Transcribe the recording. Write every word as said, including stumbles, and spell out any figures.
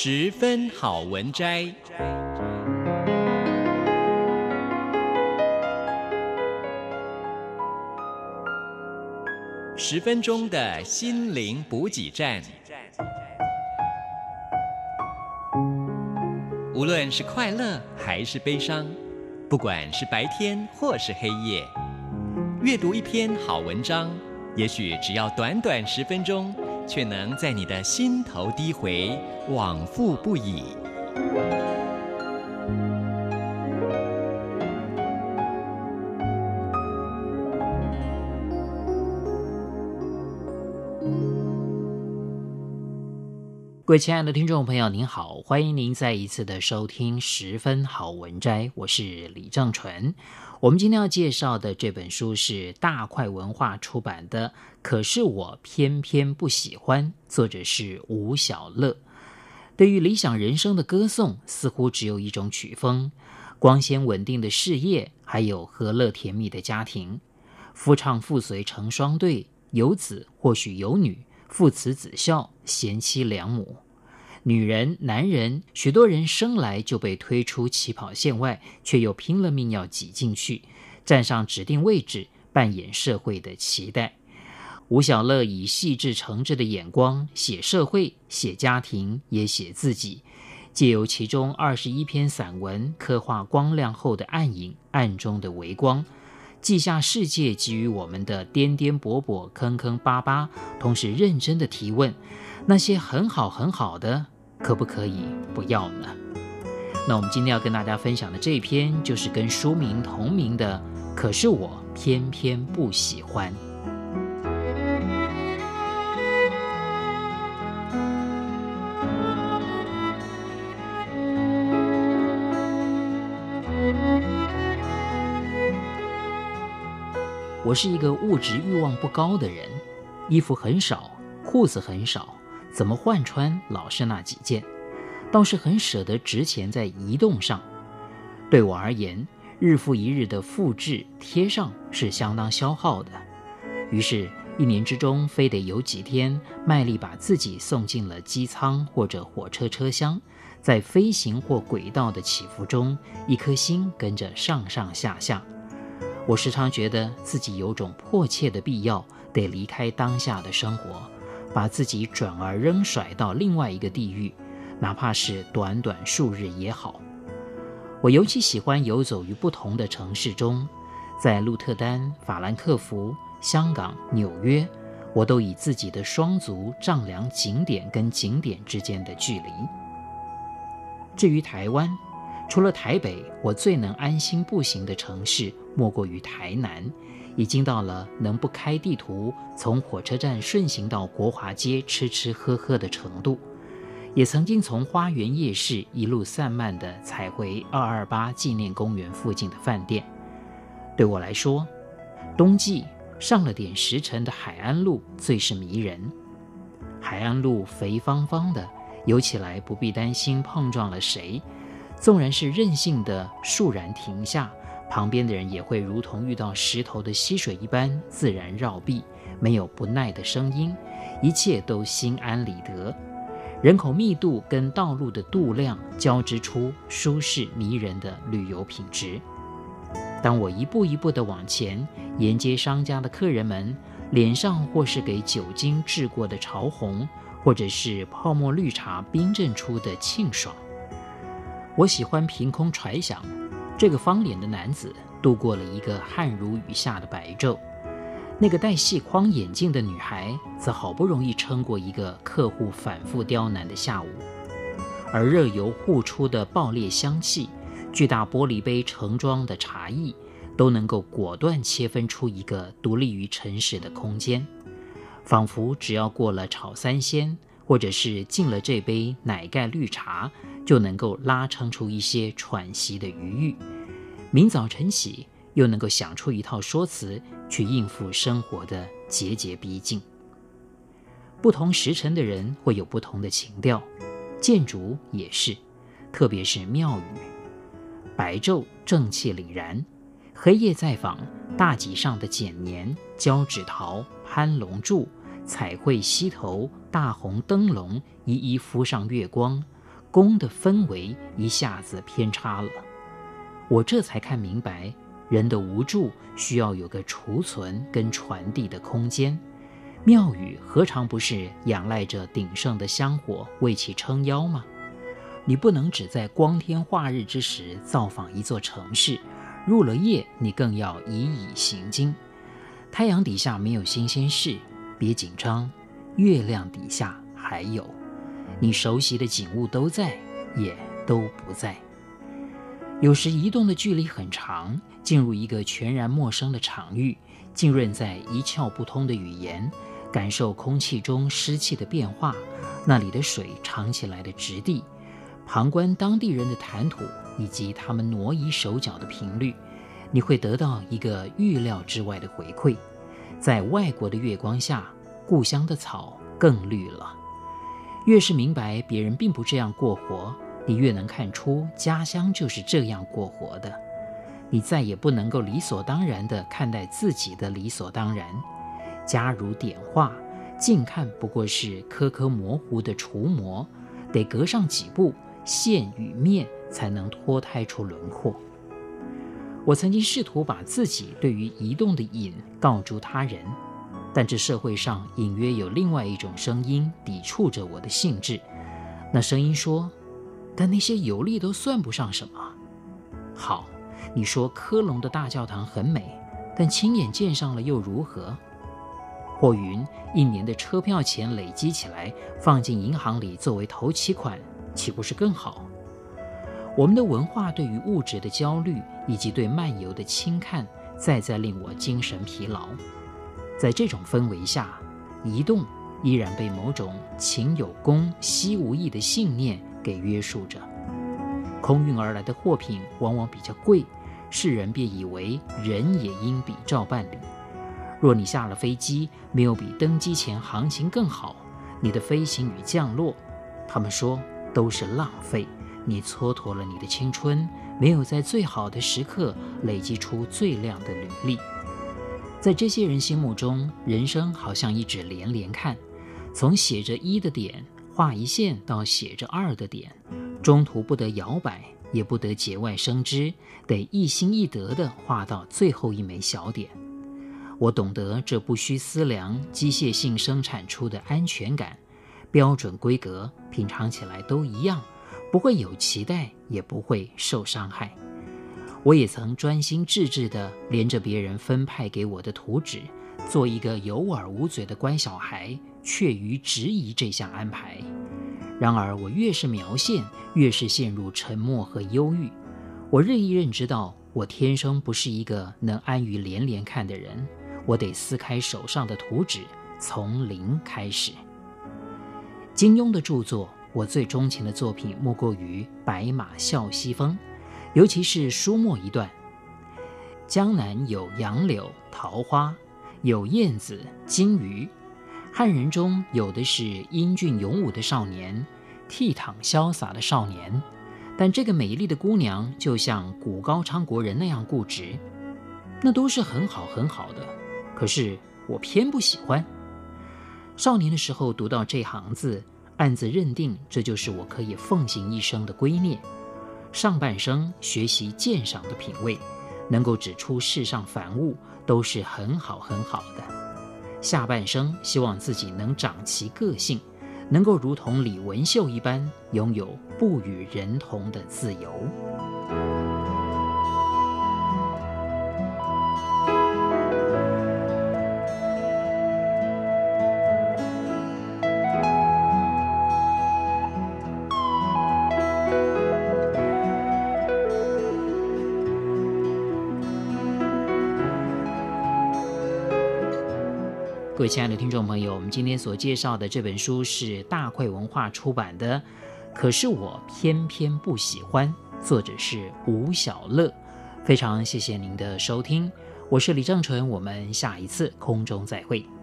十分好文摘。十分钟的心灵补给站。无论是快乐还是悲伤，不管是白天或是黑夜，阅读一篇好文章，也许只要短短十分钟，却能在你的心头低回，往复不已。 各位亲爱的听众朋友您好，欢迎您再一次的收听十分好文摘，我是李正淳。我们今天要介绍的这本书是大块文化出版的《可是我偏偏不喜欢》，作者是吴晓乐。对于理想人生的歌颂似乎只有一种曲风，光鲜稳定的事业，还有和乐甜蜜的家庭，夫唱妇随成双对，有子或许有女，父慈子孝，贤妻良母。女人男人，许多人生来就被推出起跑线外，却又拼了命要挤进去，站上指定位置，扮演社会的期待。吴晓乐以细致诚挚的眼光写社会，写家庭，也写自己，借由其中二十一篇散文刻画光亮后的暗影，暗中的微光，记下世界给予我们的颠颠簸簸，坑坑巴巴，同时认真的提问，那些很好很好的可不可以不要呢？那我们今天要跟大家分享的这篇就是跟书名同名的《可是我偏偏不喜欢》。我是一个物质欲望不高的人，衣服很少，裤子很少，怎么换穿老是那几件，倒是很舍得值钱在移动上。对我而言，日复一日的复制贴上是相当消耗的，于是一年之中非得有几天卖力把自己送进了机舱或者火车车厢，在飞行或轨道的起伏中，一颗心跟着上上下下。我时常觉得自己有种迫切的必要得离开当下的生活，把自己转而扔甩到另外一个地狱，哪怕是短短数日也好。我尤其喜欢游走于不同的城市中，在鹿特丹、法兰克福、香港、纽约，我都以自己的双足丈量景点跟景点之间的距离。至于台湾，除了台北，我最能安心步行的城市莫过于台南，已经到了能不开地图从火车站顺行到国华街吃吃喝喝的程度，也曾经从花园夜市一路散漫地踩回二二八纪念公园附近的饭店。对我来说，冬季上了点时辰的海岸路最是迷人。海岸路肥方方的，游起来不必担心碰撞了谁，纵然是任性的倏然停下，旁边的人也会如同遇到石头的溪水一般自然绕避，没有不耐的声音，一切都心安理得。人口密度跟道路的度量交织出舒适迷人的旅游品质。当我一步一步地往前，沿街商家的客人们脸上或是给酒精治过的潮红，或者是泡沫绿茶冰镇出的沁爽。我喜欢凭空揣想，这个方脸的男子度过了一个汗如雨下的白昼，那个戴细框眼镜的女孩则好不容易撑过一个客户反复刁难的下午，而热油互出的爆裂香气，巨大玻璃杯盛装的茶艺，都能够果断切分出一个独立于尘世的空间，仿佛只要过了炒三鲜，或者是进了这杯奶盖绿茶，就能够拉撑出一些喘息的余裕。明早晨起，又能够想出一套说辞去应付生活的节节逼近。不同时辰的人会有不同的情调，建筑也是，特别是庙宇。白昼正气凛然，黑夜在访，大脊上的剪年、交趾桃、攀龙柱、彩绘溪头、大红灯笼一一敷上月光， 宫的氛围一下子偏差了。我这才看明白，人的无助需要有个储存跟传递的空间。庙宇何尝不是仰赖着鼎盛的香火为其撑腰吗？你不能只在光天化日之时造访一座城市，入了夜你更要以以行经。太阳底下没有新鲜事，别紧张，月亮底下还有。你熟悉的景物都在，也都不在。有时移动的距离很长，进入一个全然陌生的场域，浸润在一窍不通的语言，感受空气中湿气的变化，那里的水长起来的质地，旁观当地人的谈吐以及他们挪移手脚的频率，你会得到一个预料之外的回馈。在外国的月光下，故乡的草更绿了。越是明白别人并不这样过活，你越能看出家乡就是这样过活的。你再也不能够理所当然地看待自己的理所当然。家如点画，近看不过是颗颗模糊的除模，得隔上几步，线与面才能脱胎出轮廓。我曾经试图把自己对于移动的瘾告诸他人，但这社会上隐约有另外一种声音抵触着我的兴致。那声音说，但那些游历都算不上什么。好，你说科隆的大教堂很美，但亲眼见上了又如何？或云一年的车票钱累积起来，放进银行里作为头期款，岂不是更好？我们的文化对于物质的焦虑以及对漫游的轻看，再再令我精神疲劳。在这种氛围下，移动依然被某种勤有功惜无益的信念给约束着。空运而来的货品往往比较贵，世人便以为人也应比照办理。若你下了飞机没有比登机前行情更好，你的飞行与降落，他们说都是浪费，你蹉跎了你的青春，没有在最好的时刻累积出最亮的履历。在这些人心目中，人生好像一纸连连看，从写着一的点画一线到写着二的点，中途不得摇摆，也不得节外生枝，得一心一德地画到最后一枚小点。我懂得这不需思量，机械性生产出的安全感，标准规格品尝起来都一样，不会有期待，也不会受伤害。我也曾专心致志地连着别人分派给我的图纸，做一个有耳无嘴的乖小孩，却于质疑这项安排。然而我越是描线，越是陷入沉默和忧郁。我日益认知到，我天生不是一个能安于连连看的人，我得撕开手上的图纸，从零开始。金庸的著作，我最钟情的作品莫过于《白马啸西风》，尤其是书末一段：江南有杨柳桃花，有燕子金鱼。汉人中有的是英俊勇武的少年，倜傥潇洒的少年，但这个美丽的姑娘就像古高昌国人那样固执。那都是很好很好的，可是我偏不喜欢。少年的时候读到这行字，暗自认定这就是我可以奉行一生的圭臬。上半生学习鉴赏的品味，能够指出世上凡物都是很好很好的。下半生希望自己能长其个性，能够如同李文秀一般，拥有不与人同的自由。各位亲爱的听众朋友，我们今天所介绍的这本书是大块文化出版的，可是我偏偏不喜欢，作者是吴晓乐。非常谢谢您的收听，我是李正淳，我们下一次空中再会。